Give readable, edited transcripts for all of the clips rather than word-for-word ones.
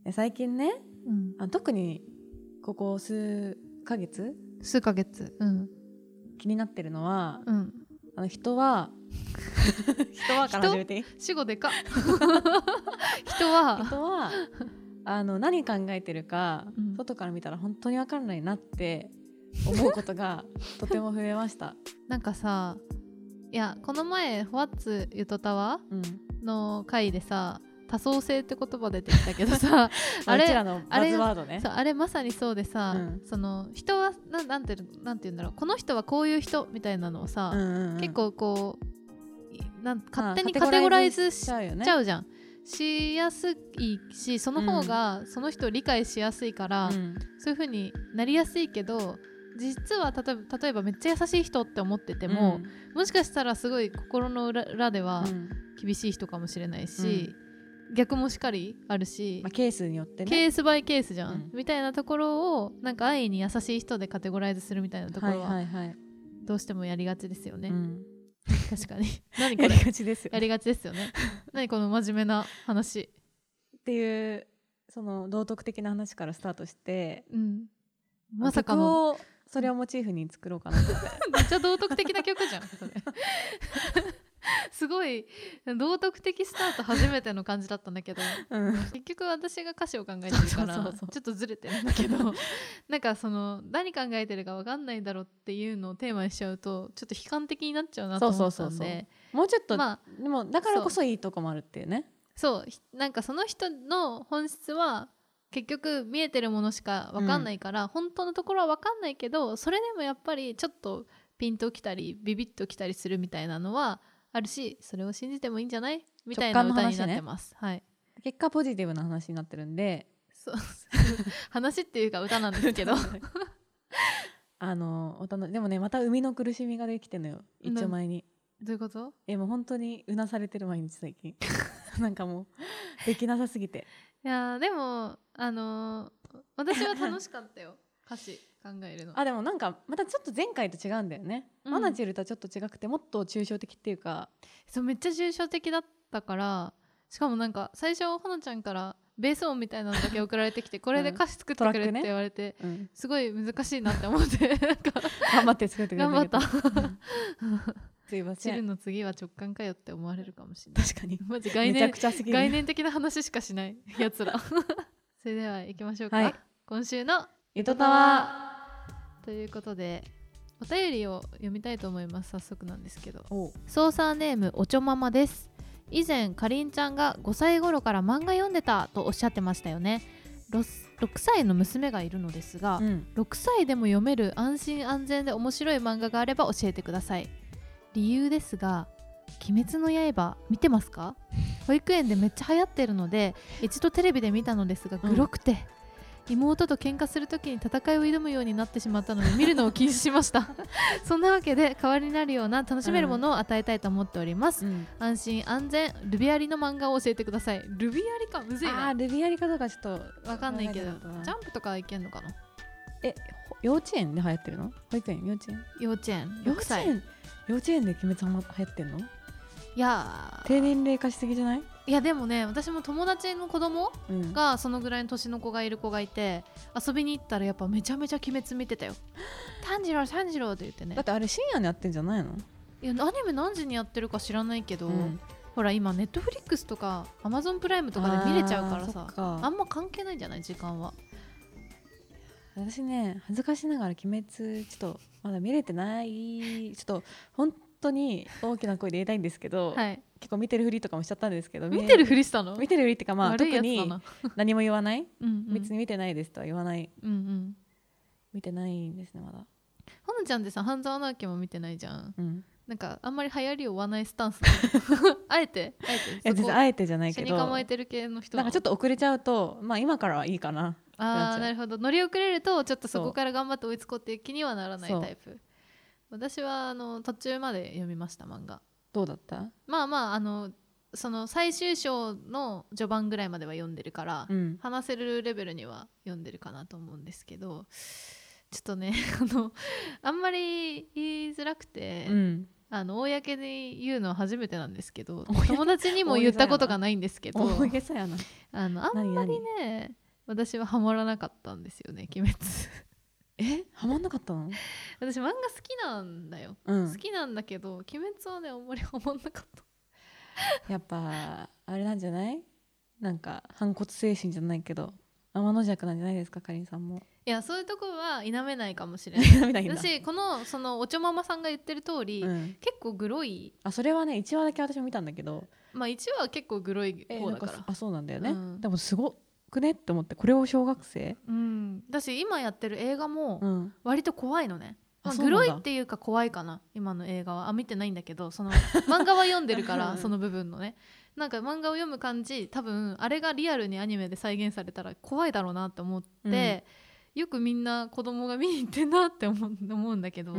最近ね、 うん、 特にここ数ヶ月、気になってるのは、人はから始めていい？ 主語でか人は何考えてるか、外から見たら本当に分かんないなって思うことがとても増えました。 なんかさ、いやこの前「What's ゆとたわ」の回でさ、多層性って言葉出てきたけどさあれうちらのバズワードね。 あれまさにそうでさ、その人はなんて言うんだろう、この人はこういう人みたいなのをさ、結構こう勝手にカテゴライズしちゃうじゃん。しやすいし、その方がその人を理解しやすいから、そういう風になりやすいけど、実は例えばめっちゃ優しい人って思ってても、もしかしたらすごい心の裏では厳しい人かもしれないし、逆もしかりあるし、 ケースによってね、 ケースバイケースじゃん、みたいなところをなんか安易に優しい人でカテゴライズするみたいなところはどうしてもやりがちですよね。確かに何これやりがちですよね。 やりがちですよね。何この真面目な話っていう、その道徳的な話からスタートして、 まさかの曲をそれをモチーフに作ろうかなと思ってめっちゃ道徳的な曲じゃんそれすごい道徳的スタート初めての感じだったんだけど、結局私が歌詞を考えてるからちょっとずれてるんだけどなんかその何考えてるか分かんないだろうっていうのをテーマにしちゃうとちょっと悲観的になっちゃうなと思ったんで、 もうちょっと、でもだからこそいいとこもあるっていうね。 そうなんかその人の本質は結局見えてるものしか分かんないから、本当のところは分かんないけど、それでもやっぱりちょっとピンときたりビビッときたりするみたいなのはあるし、それを信じてもいいんじゃないみたいな歌になってます、 結果ポジティブな話になってるんで、 そう話っていうか歌なんですけどでもね、また生みの苦しみができてるのよ、一丁前に。 どういうこと？ もう本当にうなされてる毎日最近なんかもうできなさすぎて。 いやでも私は楽しかったよ歌詞考えるの。 でもなんかまたちょっと前回と違うんだよね、マナチルとはちょっと違くてもっと抽象的っていうか、 そうめっちゃ抽象的だったから、しかもなんか最初ほのちゃんからベース音みたいなのだけ送られてきてこれで歌詞作ってくれって言われて、すごい難しいなって思ってなんか頑張って作ってくれたけど頑張ったすいません、 チルの次は直感かよって思われるかもしれない。 確かにマジめちゃくちゃすぎる、 概念的な話しかしないやつらそれでは行きましょうか、今週のゆとたわということでお便りを読みたいと思います。早速なんですけど、ソーサーネームおちょままです。以前かりんちゃんが5歳頃から漫画読んでたとおっしゃってましたよね。6歳の娘がいるのですが、6歳でも読める安心安全で面白い漫画があれば教えてください。理由ですが、鬼滅の刃見てますか？保育園でめっちゃ流行ってるので一度テレビで見たのですが、グロくて、妹と喧嘩するときに戦いを挑むようになってしまったので見るのを禁止しましたそんなわけで代わりになるような楽しめるものを与えたいと思っております、安心安全ルビアリの漫画を教えてください。ルビアリかむずいな。 ルビアリかどうかちょっと分かんないけど、ジャンプとかいけんのかな。 幼稚園で流行ってるの？保育園？幼稚園 6歳幼稚園で鬼滅流行ってんの？ いや低年齢化しすぎじゃない？ いやでもね、私も友達の子供がそのぐらいの年の子がいる子がいて、遊びに行ったらやっぱめちゃめちゃ鬼滅見てたよ。炭治郎って言ってね。 だってあれ深夜にやってんじゃないの？ いやアニメ何時にやってるか知らないけど、ほら今ネットフリックスとかアマゾンプライムとかで見れちゃうからさ、あんま関係ないんじゃない？時間は。 私ね、恥ずかしながら鬼滅ちょっとまだ見れてない。ちょっと本当に大きな声で言いたいんですけど、結構見てるふりとかもしちゃったんですけど、 見てるふりしたの？ 見てるふりっていうか、特に何も言わない別に見てないですとは言わない、見てないんですねまだ。 ほのちゃんってさ、半沢直樹も見てないじゃん、なんかあんまり流行りを追わないスタンスあえてあえてじゃないけど、 背に構えてる系の人なんかちょっと遅れちゃうと、今からはいいかな。 なるほど。乗り遅れるとちょっとそこから頑張って追いつこうっていう気にはならないタイプ。私は途中まで読みました漫画。 どうだった？ その最終章の序盤ぐらいまでは読んでるから、話せるレベルには読んでるかなと思うんですけど、ちょっとねあんまり言いづらくて、 公に言うのは初めてなんですけど友達にも言ったことがないんですけど大げさやなあんまりね私はハマらなかったんですよね鬼滅ハマんなかったの？ 私漫画好きなんだよ、好きなんだけど鬼滅はねあんまりハマんなかったやっぱあれなんじゃない？なんか反骨精神じゃないけど天の弱なんじゃないですかかりんさんも。 いやそういうとこは否めないかもしれない私そのおちょままさんが言ってる通り、結構グロい。 それはね1話だけ私も見たんだけど、 まあ1話は結構グロい方だから、 そうなんだよね、でもすごくねって思って、これを小学生、 だし今やってる映画も割と怖いのね、グロいっていうか怖いかな今の映画は。見てないんだけどその漫画は読んでるからその部分のねなんか漫画を読む感じ、多分あれがリアルにアニメで再現されたら怖いだろうなって思って、よくみんな子供が見に行ってんなって思うんだけど、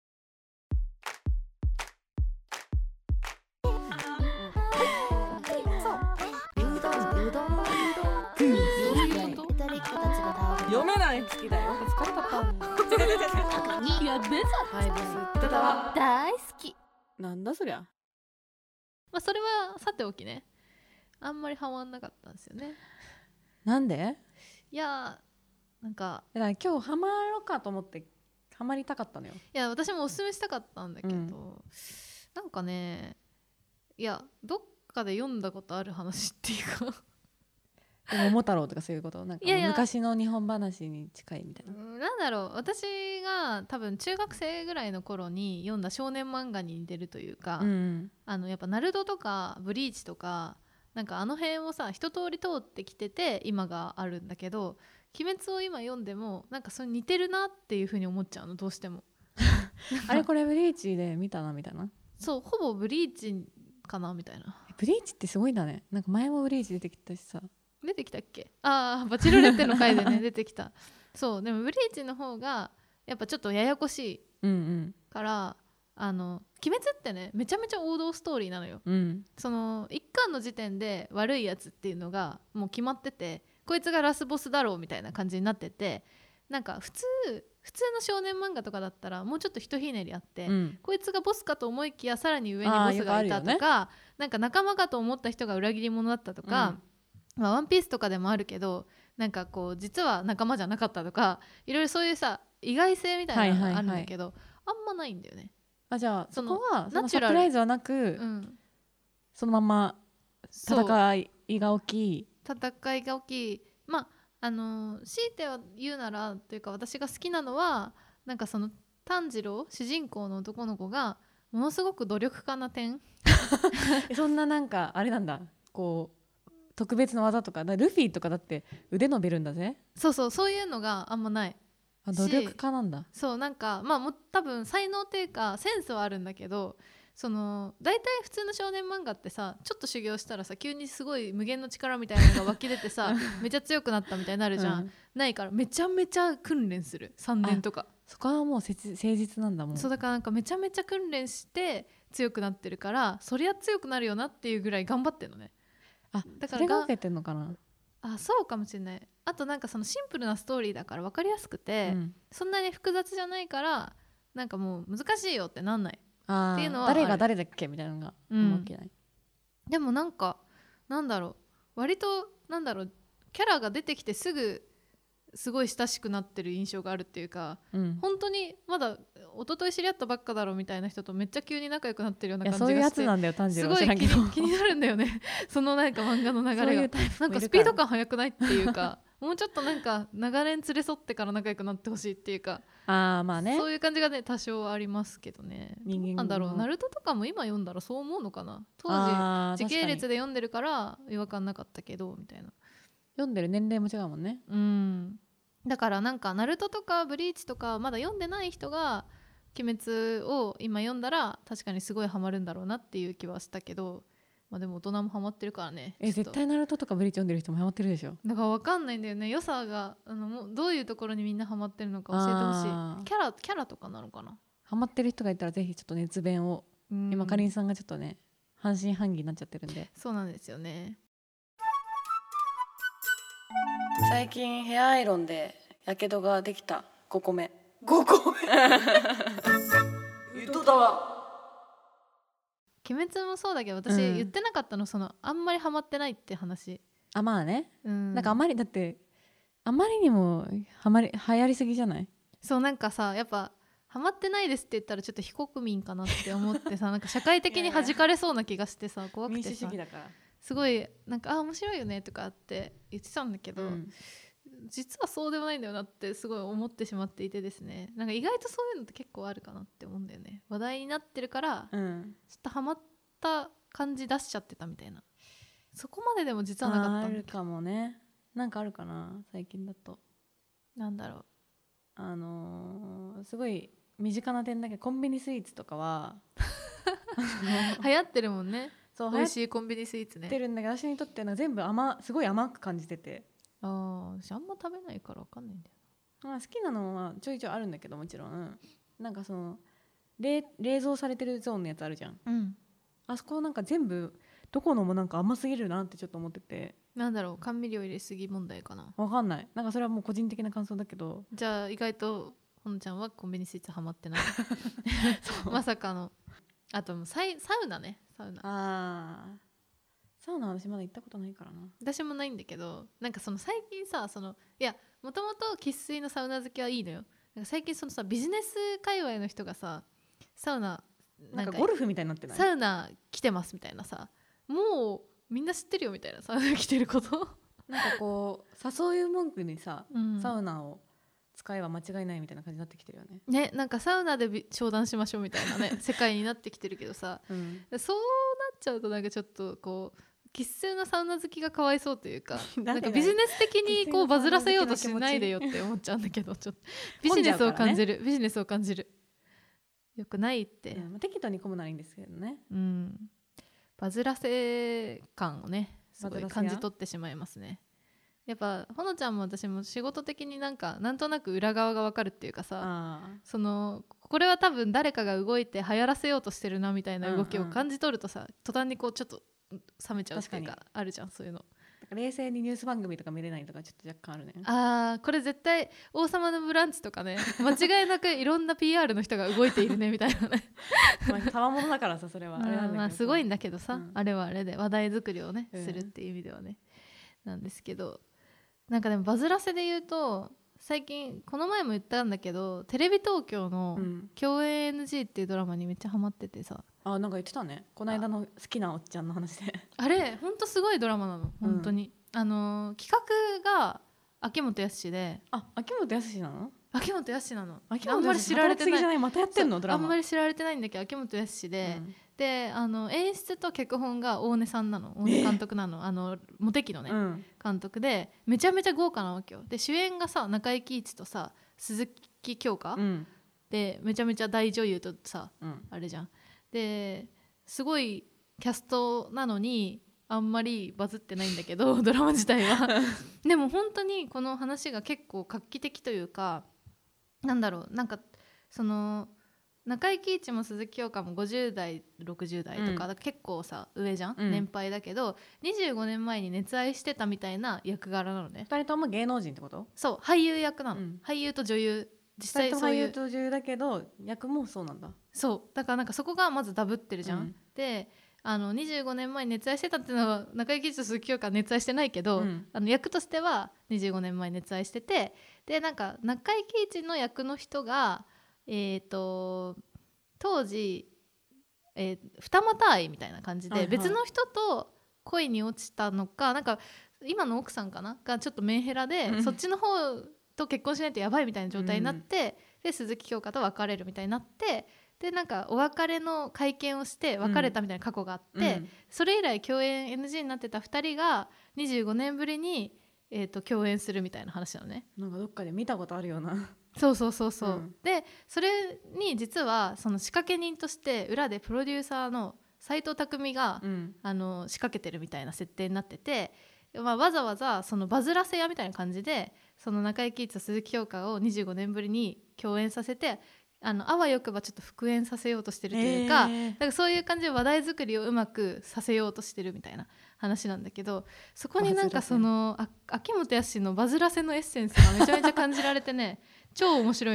読めない好きだよ。疲れたかも。いや出た。大好き。なんだそりゃ。 まあそれはさておきね、あんまりハマんなかったんですよね。 なんで？ いやなんかだから今日ハマろうかと思ってハマりたかったのよ。 いや私もおすすめしたかったんだけど、なんかね、いやどっかで読んだことある話っていうか桃太郎とかそういうこと、なんか昔の日本話に近いみたいな。 なんだろう、私が多分中学生ぐらいの頃に読んだ少年漫画に似てるというか、やっぱナルトとかブリーチとかなんかあの辺をさ一通り通ってきてて今があるんだけど、鬼滅を今読んでもなんかそれ似てるなっていう風に思っちゃうの、どうしてもあれこれブリーチで見たなみたいな。 そうほぼブリーチかなみたいな。 ブリーチってすごいんだね。なんか前もブリーチ出てきたしさ。 出てきたっけ？バチロレッテの回でね出てきたそうでもブリーチの方がやっぱちょっとややこしいから、鬼滅ってねめちゃめちゃ王道ストーリーなのよ、その一巻の時点で悪いやつっていうのがもう決まってて、こいつがラスボスだろうみたいな感じになってて、なんか普通の少年漫画とかだったらもうちょっとひとひねりあって、こいつがボスかと思いきやさらに上にボスがいたとか、なんか仲間かと思った人が裏切り者だったとか、ワンピースとかでもあるけどなんかこう実は仲間じゃなかったとか、いろいろそういうさ意外性みたいなのがあるんだけど、あんまないんだよね。 じゃあそこはそのサプライズはなく、そのまま戦いが起きまあ強いては言うならというか、私が好きなのはなんかその炭治郎主人公の男の子がものすごく努力家な点そんななんかあれなんだ、こう特別な技とか、ルフィとかだって腕伸びるんだぜ。 そういうのがあんまない努力家なんだ。 そうなんかまあもう多分才能っていうかセンスはあるんだけど、その大体普通の少年漫画ってさちょっと修行したらさ急にすごい無限の力みたいなのが湧き出てさめちゃ強くなったみたいになるじゃん、ないからめちゃめちゃ訓練する3年とか。 そこはもう誠実なんだもん。 そうだからなんかめちゃめちゃ訓練して強くなってるから、そりゃ強くなるよなっていうぐらい頑張ってるのね。 だからそれが受けてんのかな。 そうかもしれない。あとなんかそのシンプルなストーリーだから分かりやすくて、そんなに複雑じゃないからなんかもう難しいよってなんないっていうのは誰が誰だっけみたいなのが思いけない、 でもなんかなんだろう、割となんだろう、キャラが出てきてすぐすごい親しくなってる印象があるっていうか、本当にまだ一昨日知り合ったばっかだろみたいな人とめっちゃ急に仲良くなってるような感じがして、 そういうやつなんだよ炭治郎。 すごい気になるんだよねそのなんか漫画の流れがなんかスピード感速くないっていうかもうちょっとなんか長年連れ添ってから仲良くなってほしいっていうか、 まあね、 そういう感じがね多少ありますけどね。なんだろう、ナルトとかも今読んだらそう思うのかな。当時時系列で読んでるから違和感なかったけどみたいな。 読んでる年齢も違うもんね。 だからなんかナルトとかブリーチとかまだ読んでない人が鬼滅を今読んだら確かにすごいハマるんだろうなっていう気はしたけど、でも大人もハマってるからね。 絶対ナルトとかブリーチ読んでる人もハマってるでしょ。 だから分かんないんだよね、良さがもうどういうところにみんなハマってるのか教えてほしい。キャラとかなのかな。 ハマってる人がいたらぜひちょっと熱弁を、今かりんさんがちょっとね半信半疑になっちゃってるんで。 そうなんですよね。 最近ヘアアイロンでやけどができた5個目言っとったわ。 鬼滅もそうだけど私言ってなかったの、そのあんまりハマってないって話。 あ、まあね、なんかあまりだってあまりにも流行りすぎじゃない？ そう、なんかさやっぱハマってないですって言ったらちょっと非国民かなって思ってさなんか社会的に弾かれそうな気がしてさ怖くてさ、 民主主義だからすごいなんか面白いよねとかって言ってたんだけど、実はそうでもないんだよなってすごい思ってしまっていてですね、なんか意外とそういうのって結構あるかなって思うんだよね。話題になってるから、ちょっとハマった感じ出しちゃってたみたいな。そこまででも実はなかったんだけど。 あるかもね。なんかあるかな最近だと。 なんだろう、すごい身近な点だけどコンビニスイーツとかは流行ってるもんね。 そう、 美味しいコンビニスイーツね。 流行ってるんだけど私にとっては全部すごい甘く感じてて、 私あんま食べないから分かんないんだよ。 好きなのはちょいちょいあるんだけど、もちろんなんかその冷蔵されてるゾーンのやつあるじゃん、あそこなんか全部どこのもなんか甘すぎるなってちょっと思ってて。 なんだろう、甘味料入れすぎ問題かな。 わかんない、なんかそれはもう個人的な感想だけど。 じゃあ意外とほのちゃんはコンビニスイーツハマってないまさかの。あとサウナね。サウナ私まだ行ったことないからな。 私もないんだけど、なんかその最近さ、いやもともと生粋のサウナ好きはいいのよ。なんか最近そのさビジネス界隈の人がさサウナなんかゴルフみたいになってない？ サウナ来てますみたいなさ、もうみんな知ってるよみたいな、サウナ来てることなんかこう誘い文句にさ、サウナを使えば間違いないみたいな感じになってきてるよね。 ね、なんかサウナで商談しましょうみたいなね世界になってきてるけどさ、そうなっちゃうとなんかちょっとこう生粋のサウナ好きがかわいそうというかなんかビジネス的にこうバズらせようとしないでよって思っちゃうんだけどちょっとビジネスを感じる、ビジネスを感じる。よくないって、 適度に混むならいいんですけどね。 バズらせ感をねすごい感じ取ってしまいますね。やっぱほのちゃんも私も仕事的になんとなく裏側が分かるっていうかさ、これは多分誰かが動いて流行らせようとしてるなみたいな動きを感じ取るとさ、途端にこうちょっと冷めちゃうっていうかあるじゃん、そういうの。 冷静にニュース番組とか見れないとかちょっと若干あるね。 これ絶対王様のブランチとかね間違いなくいろんな PR の人が動いているねみたいなねたわものだからさそれはあれなんだけど、 すごいんだけどさ、あれはあれで話題作りをね、するっていう意味ではねなんですけど、なんかでもバズらせで言うと最近この前も言ったんだけどテレビ東京の共演 NG っていうドラマにめっちゃハマっててさ、 なんか言ってたねこの間の好きなおっちゃんの話であれほんとすごいドラマなの本当に、企画が秋元康で。 秋元康なの？ 秋元康なの。 あんまり知られてない。またやってんのドラマ。 あんまり知られてないんだけど秋元康で、で演出と脚本が大根さんなの。大根監督なの。モテキのね、監督でめちゃめちゃ豪華なわけよ。で主演がさ中井貴一とさ鈴木京香、でめちゃめちゃ大女優とさ、あれじゃん。ですごいキャストなのにあんまりバズってないんだけどドラマ自体はでも本当にこの話が結構画期的というか、なんだろう、なんかその中井貴一も鈴木京香も50代60代とか、だから結構さ上じゃん、年配だけど25年前に熱愛してたみたいな役柄なのね。 2人とも芸能人ってこと？ そう俳優役なの、俳優と女優、実際そういう俳優と女優だけど役もそうなんだ。 そうだからなんかそこがまずダブってるじゃん、で25年前に熱愛してたっていうのは中井貴一と鈴木京香は熱愛してないけど、役としては25年前に熱愛してて、でなんか中井貴一の役の人が当時、二股愛みたいな感じで、別の人と恋に落ちたのか、なんか今の奥さんかながちょっとメンヘラで、そっちの方と結婚しないとやばいみたいな状態になって、で鈴木京香と別れるみたいになって、でなんかお別れの会見をして別れたみたいな過去があって、それ以来共演 NG になってた2人が25年ぶりに、共演するみたいな話なのね。 なんかどっかで見たことあるようなそう、でそれに実はその仕掛け人として裏でプロデューサーの斎藤工が、仕掛けてるみたいな設定になってて、わざわざそのバズらせ屋みたいな感じでその中井貴一と鈴木京香を25年ぶりに共演させて、あわよくばちょっと復演させようとしてるというか、だからそういう感じで話題作りをうまくさせようとしてるみたいな話なんだけど、そこになんかその秋元康のバズらせのエッセンスがめちゃめちゃ感じられてね超面白いのよ。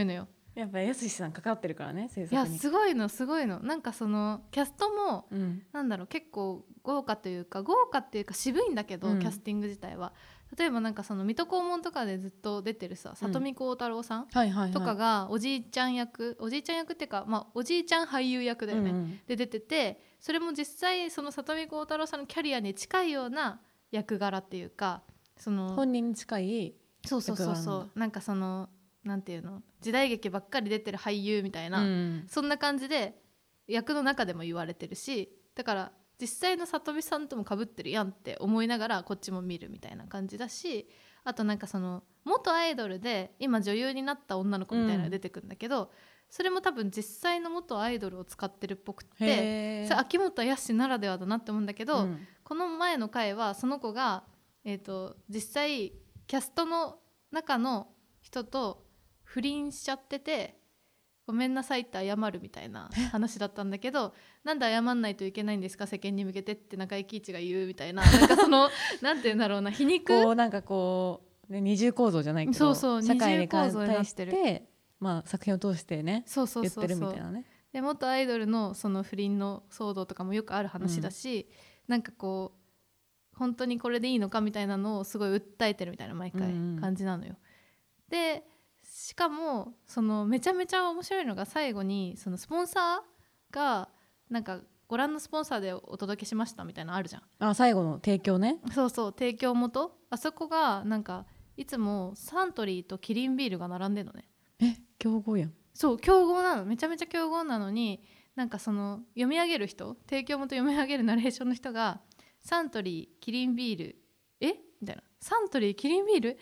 やっぱやすしさん関わってるからね、制作に。 いやすごいのすごいの。なんかそのキャストも、なんだろう、結構豪華っていうか渋いんだけど、キャスティング自体は例えばなんかその水戸黄門とかでずっと出てるさ里見浩太郎さんとかがおじいちゃん役っていうか、まあ、おじいちゃん俳優役だよね、で出てて、それも実際その里見浩太郎さんのキャリアに近いような役柄っていうか、その本人に近い。 そうなんかそのなんていうの、時代劇ばっかり出てる俳優みたいな、そんな感じで役の中でも言われてるし、だから実際の里見さんとも被ってるやんって思いながらこっちも見るみたいな感じだし、あとなんかその元アイドルで今女優になった女の子みたいなのが出てくるんだけど、それも多分実際の元アイドルを使ってるっぽくて、それ秋元康ならではだなって思うんだけど、この前の回はその子が、実際キャストの中の人と不倫しちゃってて、ごめんなさいって謝るみたいな話だったんだけど、なんで謝んないといけないんですか世間に向けてって中井貴一が言うみたいな、なんかそのなんて言うんだろうな、皮肉こうなんかこう、ね、二重構造じゃないけど、 そう社会に対してて、まあ、作品を通してね言ってるみたいなね。 で元アイドルのその不倫の騒動とかもよくある話だし、なんかこう本当にこれでいいのかみたいなのをすごい訴えてるみたいな毎回感じなのよ。でしかもそのめちゃめちゃ面白いのが、最後にそのスポンサーがなんかご覧のスポンサーでお届けしましたみたいなのあるじゃん。 あ、最後の提供ね。 そう提供元、あそこがなんかいつもサントリーとキリンビールが並んでるのね。 競合やん。 そう競合なの、めちゃめちゃ競合なのに、なんかその読み上げる人、提供元読み上げるナレーションの人がサントリーキリンビールみたいな、サントリーキリンビール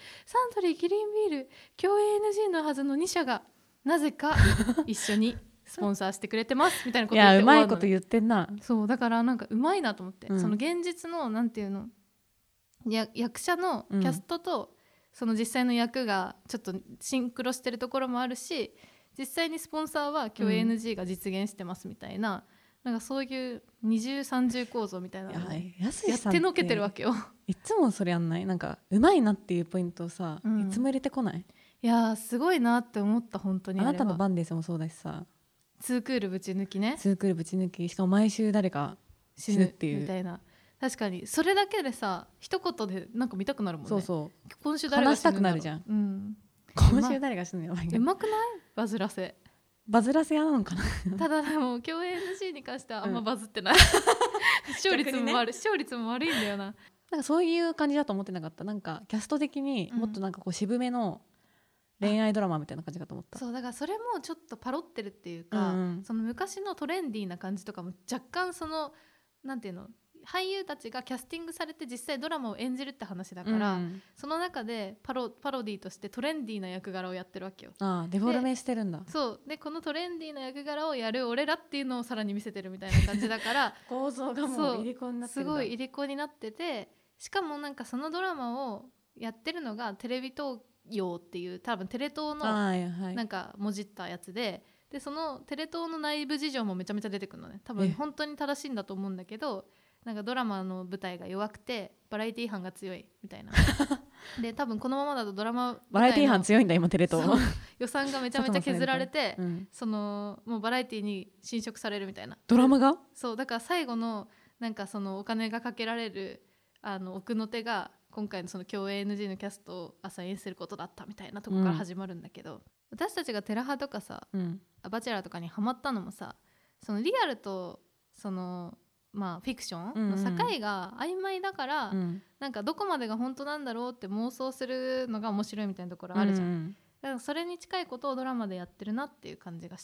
共演 NG のはずの2社がなぜか一緒にスポンサーしてくれてますみたいなこと言って、 いやうまいこと言ってんな。 そうだからなんかうまいなと思って、その現実のなんていうの、役者のキャストとその実際の役がちょっとシンクロしてるところもあるし、実際にスポンサーは共演 NG が実現してますみたいな、なんかそういう二重三重構造みたいなのをやってのけてるわけよ。 いつもそれやんない？なんかうまいなっていうポイントをさ、いつも入れてこない？ いやすごいなって思った。本当にあなたの番ですもそうだしさ、 ツークールぶち抜きね。 ツークールぶち抜き、しかも毎週誰か死ぬっていうみたいな。確かにそれだけでさ一言でなんか見たくなるもんね。 そう今週誰が死ぬんだろう、話したくなるじゃん、今週誰が死ぬのやばいね。 うまくない？バズらせ屋なのかなただでも共演 NG に関してはあんまバズってない、視聴率も悪いんだよな。 なんかそういう感じだと思ってなかった。なんかキャスト的にもっとなんかこう渋めの恋愛ドラマみたいな感じかと思った。 そうだからそれもちょっとパロってるっていうか、その昔のトレンディーな感じとかも若干そのなんていうの、俳優たちがキャスティングされて実際ドラマを演じるって話だから、その中でパロディとしてトレンディーな役柄をやってるわけよ。 デフォルメしてるんだ。 そうでこのトレンディーな役柄をやる俺らっていうのをさらに見せてるみたいな感じだから構造がもう入り子になってるんだ。 すごい入り子になってて、しかもなんかそのドラマをやってるのがテレビ東洋っていう多分テレ東のなんかもじったやつで、そのテレ東の内部事情もめちゃめちゃ出てくるのね。多分本当に正しいんだと思うんだけど、なんかドラマの舞台が弱くてバラエティー班が強いみたいなで多分このままだとドラマバラエティー班強いんだ今テレ東予算がめちゃめちゃ削られて、そのもうバラエティーに侵食されるみたいな。 ドラマがそうだから最後のなんかそのお金がかけられる奥の手が今回のその共演 NG のキャストをアサインすることだったみたいなとこから始まるんだけど、私たちがテラハとかさ、バチェラーとかにハマったのもさ、そのリアルとそのまあフィクションの境が曖昧だから、なんかどこまでが本当なんだろうって妄想するのが面白いみたいなところあるじゃん、だからそれに近いことをドラマでやってるなっていう感じがした。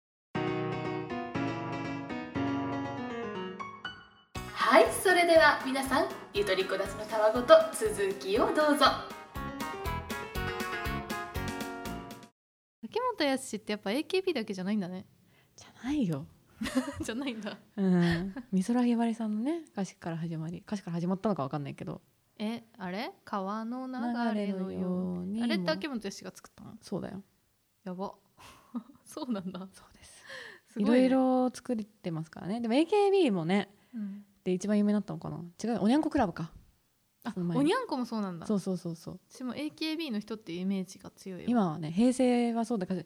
はい、それでは皆さんゆとりこだちのたわごと続きをどうぞ。秋元康ってやっぱ AKB だけじゃないんだね。 じゃないよじゃないんだ。 美空ひばりさんのね歌詞から始まったのか分かんないけど、 あれ川の流れのようにあれって秋元康が作ったの？ そうだよ。 やばそうなんだ。 そうです。いろいろ作ってますからね。でも AKB もね、で一番有名になったのかな。違う、おにゃんこクラブか。 おにゃんこもそうなんだ。 そう。 私も AKB の人っていうイメージが強いよ。 今はね、平成はそうだけど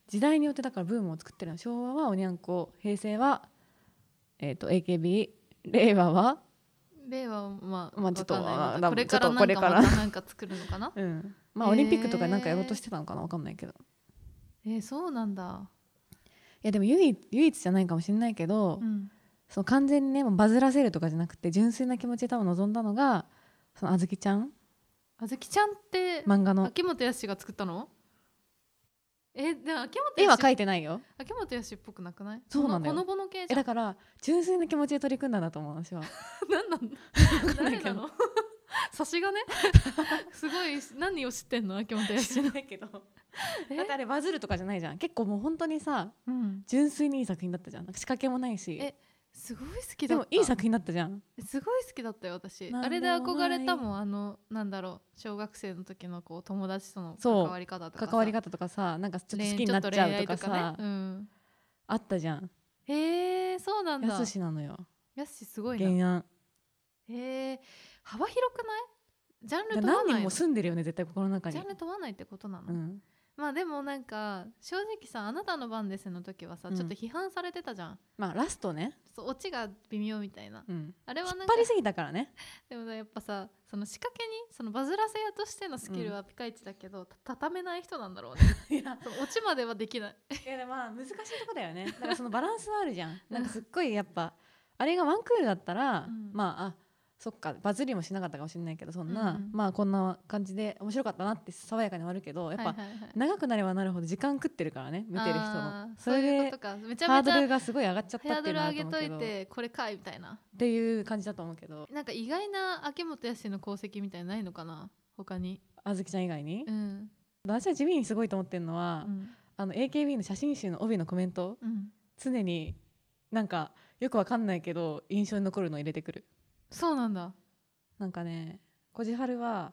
時代によってだからブームを作ってるの。昭和はおにゃんこ、平成は、AKB、令和はまあちょっとこれからなんかまたなんか作るのかなうん、まあオリンピックとかなんかやろうとしてたのかな、分かんないけど。 そうなんだ。 いやでも唯一じゃないかもしれないけど、その完全にねもうバズらせるとかじゃなくて純粋な気持ちで多分望んだのがそのあずきちゃんって漫画の秋元康が作ったの？でも絵は描いてないよ。 秋元康っぽくなくない？ そうなんだよ。 ほのぼの系じゃん。 だから純粋な気持ちで取り組んだんだと思う私は。 誰なの？差し金すごい。何を知ってんの秋元康？知らないけどだってあれバズるとかじゃないじゃん。結構もう本当にさ、純粋にいい作品だったじゃん。なんか仕掛けもないし。 すごい好きだった。 でもいい作品だったじゃん。 すごい好きだったよ私。あれで憧れたもん。なんだろう、小学生の時のこう友達との関わり方とかさ、なんかちょっと好きになっちゃうとかさ、あったじゃん。 そうなんだ。 やすしなのよ。 やすしすごいな。 原案。 幅広くない？ジャンル問わないの？ 何人も住んでるよね絶対心の中に。 ジャンル問わないってことなの？まあでもなんか正直さ、あなたの番ですの時はさ、ちょっと批判されてたじゃん。 まあラストね、 そうオチが微妙みたいな、あれはなんか引っ張りすぎたからね。 でもやっぱさ、その仕掛けにそのバズらせ屋としてのスキルはピカイチだけど、畳めない人なんだろうね。いやオチまではできない。 いやでもまあ難しいとこだよね。だからそのバランスはあるじゃん。なんかすっごいやっぱあれがワンクールだったら、まあそっかバズりもしなかったかもしれないけど、そんな、まあこんな感じで面白かったなって爽やかに終わるけど、やっぱ長くなればなるほど時間食ってるからね、見てる人の。それでハードルがすごい上がっちゃったっていうのはあると思うけど、 ハードル上げといてこれかいみたいなっていう感じだと思うけど、 なんか意外な秋元康の功績みたいなないのかな他に。 あずきちゃん以外に、私は地味にすごいと思ってるのは、AKB の写真集の帯のコメント、常になんかよくわかんないけど印象に残るのを入れてくる。 そうなんだ。 なんかね、こじはるは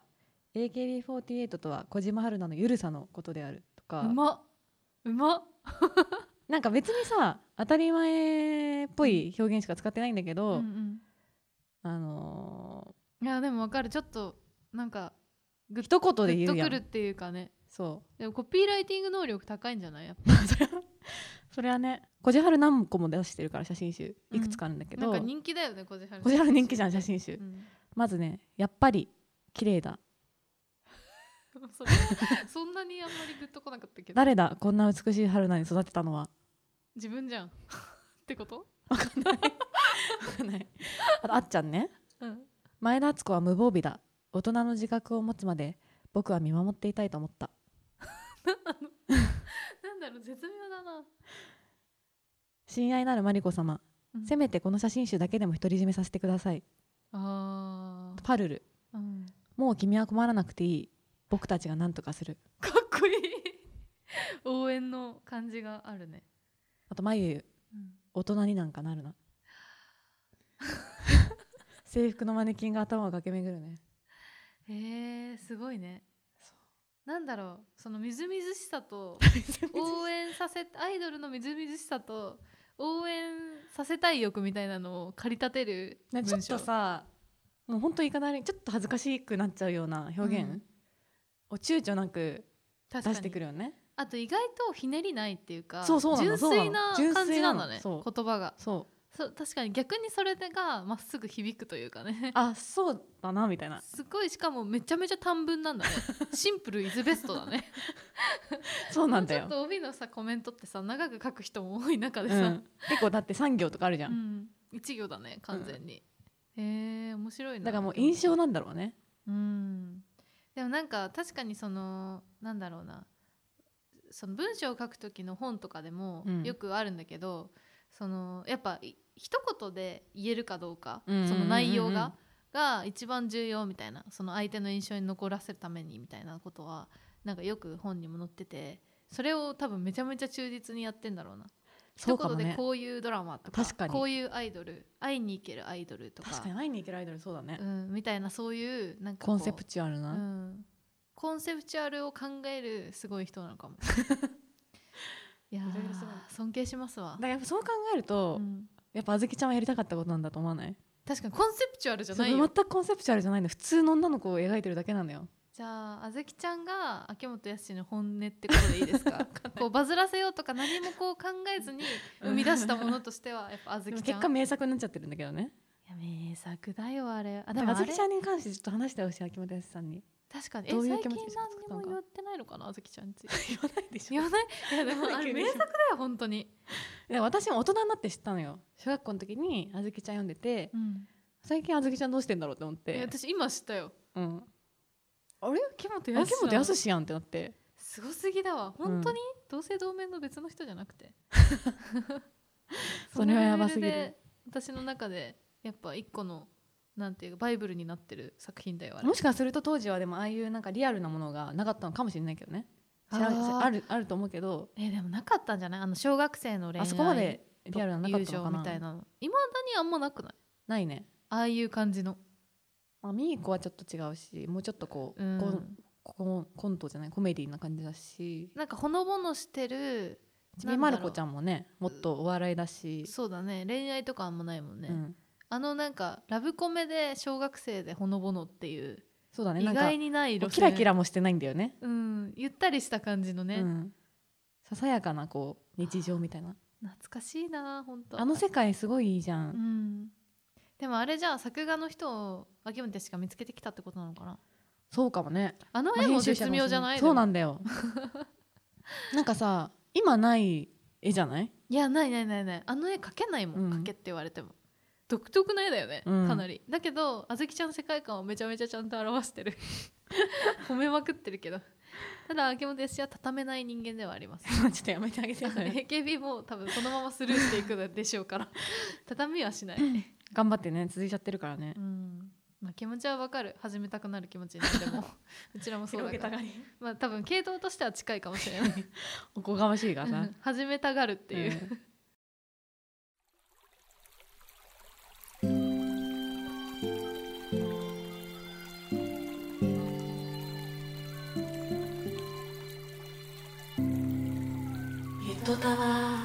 AKB48 とは小島春菜のゆるさのことであるとか。うまっなんか別にさ当たり前っぽい表現しか使ってないんだけど、 いやでもわかる。ちょっとなんか一言で言うやん。 グッとくるっていうかね。 そうでもコピーライティング能力高いんじゃないやっぱそれはね、こじはる何個も出してるから写真集いくつかあるんだけど、 なんか人気だよねこじはる。 こじはる人気じゃん写真集、まずね、やっぱり綺麗だそんなにあんまりグッとこなかったけど、 誰だこんな美しい春菜に育てたのは。 自分じゃんってこと？ わかんない。あとあっちゃんね、前田敦子は無防備だ、大人の自覚を持つまで僕は見守っていたいと思ったなんだろう、絶妙だな。 親愛なるマリコ様、せめてこの写真集だけでも独り占めさせてください。パルル、もう君は困らなくていい、僕たちが何とかする。 かっこいい応援の感じがあるね。 あとまゆ、大人になんかなるな制服のマネキンが頭を駆け巡るね。 すごいね。なんだろう、そのみずみずしさと応援させアイドルのみずみずしさと応援させたい欲みたいなのを駆り立てる文章。 ちょっとさ、もうほんといかなりちょっと恥ずかしくなっちゃうような表現を躊躇なく出してくるよね。 あと意外とひねりないっていうか、 純粋な感じなんだね、 言葉が。 そう確かに逆にそれがまっすぐ響くというかね。 あ、そうだなみたいな。 すごい、しかもめちゃめちゃ短文なんだねシンプルイズベストだねそうなんだよ。 ちょっと帯のさコメントってさ長く書く人も多い中でさ、 結構だって3行とかあるじゃん、 1行だね完全に。面白いな。 だからもう印象なんだろうね。 でもなんか確かにそのなんだろうな、その文章を書く時の本とかでもよくあるんだけど、そのやっぱ一言で言えるかどうか、その内容が一番重要みたいな、その相手の印象に残らせるためにみたいなことはなんかよく本にも載ってて、それを多分めちゃめちゃ忠実にやってんだろうな。一言でこういうドラマとかこういうアイドル、会いに行けるアイドルとか、 確かに会いに行けるアイドル、そうだね、 みたいな、そういうなんかコンセプチュアルな、 コンセプチュアルを考えるすごい人なのかもいや尊敬しますわ。 だからやっぱそう考えると、やっぱあずきちゃんはやりたかったことなんだと思わない？ 確かにコンセプチュアルじゃないよ。 全くコンセプチュアルじゃないの、普通の女の子を描いてるだけなんだよ。 じゃああずきちゃんが秋元康の本音ってことでいいですかこうバズらせようとか何もこう考えずに生み出したものとしてはやっぱあずきちゃん結果名作になっちゃってるんだけどね。 いや名作だよあれ。 でもあずきちゃんに関してちょっと話してほしい、秋元康さんに。 確かに最近何にも言ってないのかな、あずきちゃんについて。 言わないでしょ。 言わない。いやでもあれ名作だよ本当に。 私も大人になって知ったのよ。小学校の時にあずきちゃん読んでて、最近あずきちゃんどうしてんだろうって思って。 私今知ったよ。 あれ秋元康やんってなって。 すごすぎだわ本当に、同姓同名の別の人じゃなくてそれはやばすぎる。 私の中でやっぱ一個のなんていうかバイブルになってる作品だよ。 もしかすると当時はでもああいうなんかリアルなものがなかったのかもしれないけどね。あると思うけど、 でもなかったんじゃない？小学生の恋愛、 あそこまでリアルななかったのかなみたいなの。いまだにあんまなくない？ ないね。 ああいう感じの。 ミーコはちょっと違うし、もうちょっとこう、コントじゃないコメディーな感じだし、 なんかほのぼのしてる。 ちびまる子ちゃんもねもっとお笑いだし。 そうだね、恋愛とかあんまないもんね。なんかラブコメで小学生でほのぼのっていう。 そうだね、 意外にない路線、キラキラもしてないんだよね。 ゆったりした感じのね、 ささやかなこう日常みたいな。 懐かしいな本当。 あの世界すごいいいじゃん。 でもあれじゃあ作画の人を秋元康が見つけてきたってことなのかな。 そうかもね。 あの絵も絶妙じゃない？ そうなんだよなんかさ今ない絵じゃない？ いやないあの絵描けないもん、描けって言われても独特な絵だよね、かなり。だけどあずきちゃんの世界観をめちゃめちゃちゃんと表してる褒めまくってるけど、ただ秋元康は畳めない人間ではありますちょっとやめてあげて AKB も多分このままスルーしていくでしょうから畳みはしない頑張ってね、続いちゃってるからね。 気持ちはわかる、始めたくなる気持ちになってもうちらもそうだから多分系統としては近いかもしれないおこがましいがさ始めたがるっていう、 ゆとたわ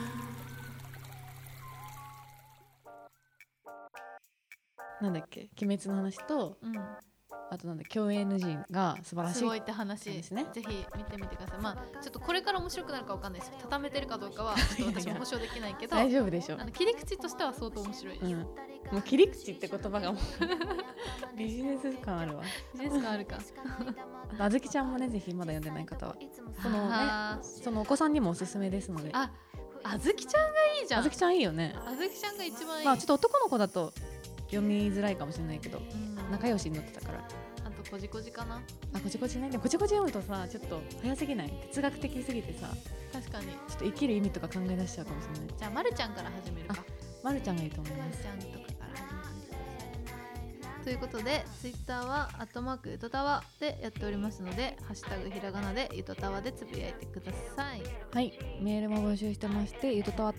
なんだっけ、鬼滅の話と、あとなんだ共演 NG が素晴らしいすごいって話ですね。ぜひ見てみてください。ちょっとこれから面白くなるかわかんないです。畳めてるかどうかはちょっと私も保証できないけど大丈夫でしょ。 切り口としては相当面白いです。 もう切り口って言葉がもうビジネス感あるわ。 ビジネス感あるかあずきちゃんもね、ぜひまだ読んでない方はそのお子さんにもおすすめですので。 あずきちゃんがいいじゃん。 あずきちゃんいいよね。 あずきちゃんが一番いい。 ちょっと男の子だと読みづらいかもしれないけど、仲良しになってたから。 あとこじこじかな。 こじこじね。でもこじこじ読むとさちょっと早すぎない？哲学的すぎてさ、 確かにちょっと生きる意味とか考え出しちゃうかもしれない。 じゃあまるちゃんから始めるか。 まるちゃんがいいと思います。 まるちゃんとかから始めてください。ということでツイッターは@ゆとたわでやっておりますので、ハッシュタグひらがなでゆとたわでつぶやいてください。 はい、メールも募集してまして、ゆとたわ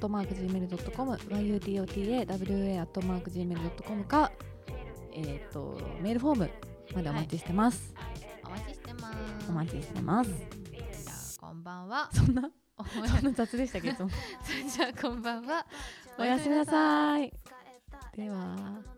@gmail.com、yutotawa@gmail.com かメールフォームまでお待ちしてます。 お待ちしてます。 お待ちしてます。じゃあこんばんは。 そんな雑でしたけどじゃあこんばんは。 おやすみなさい。では。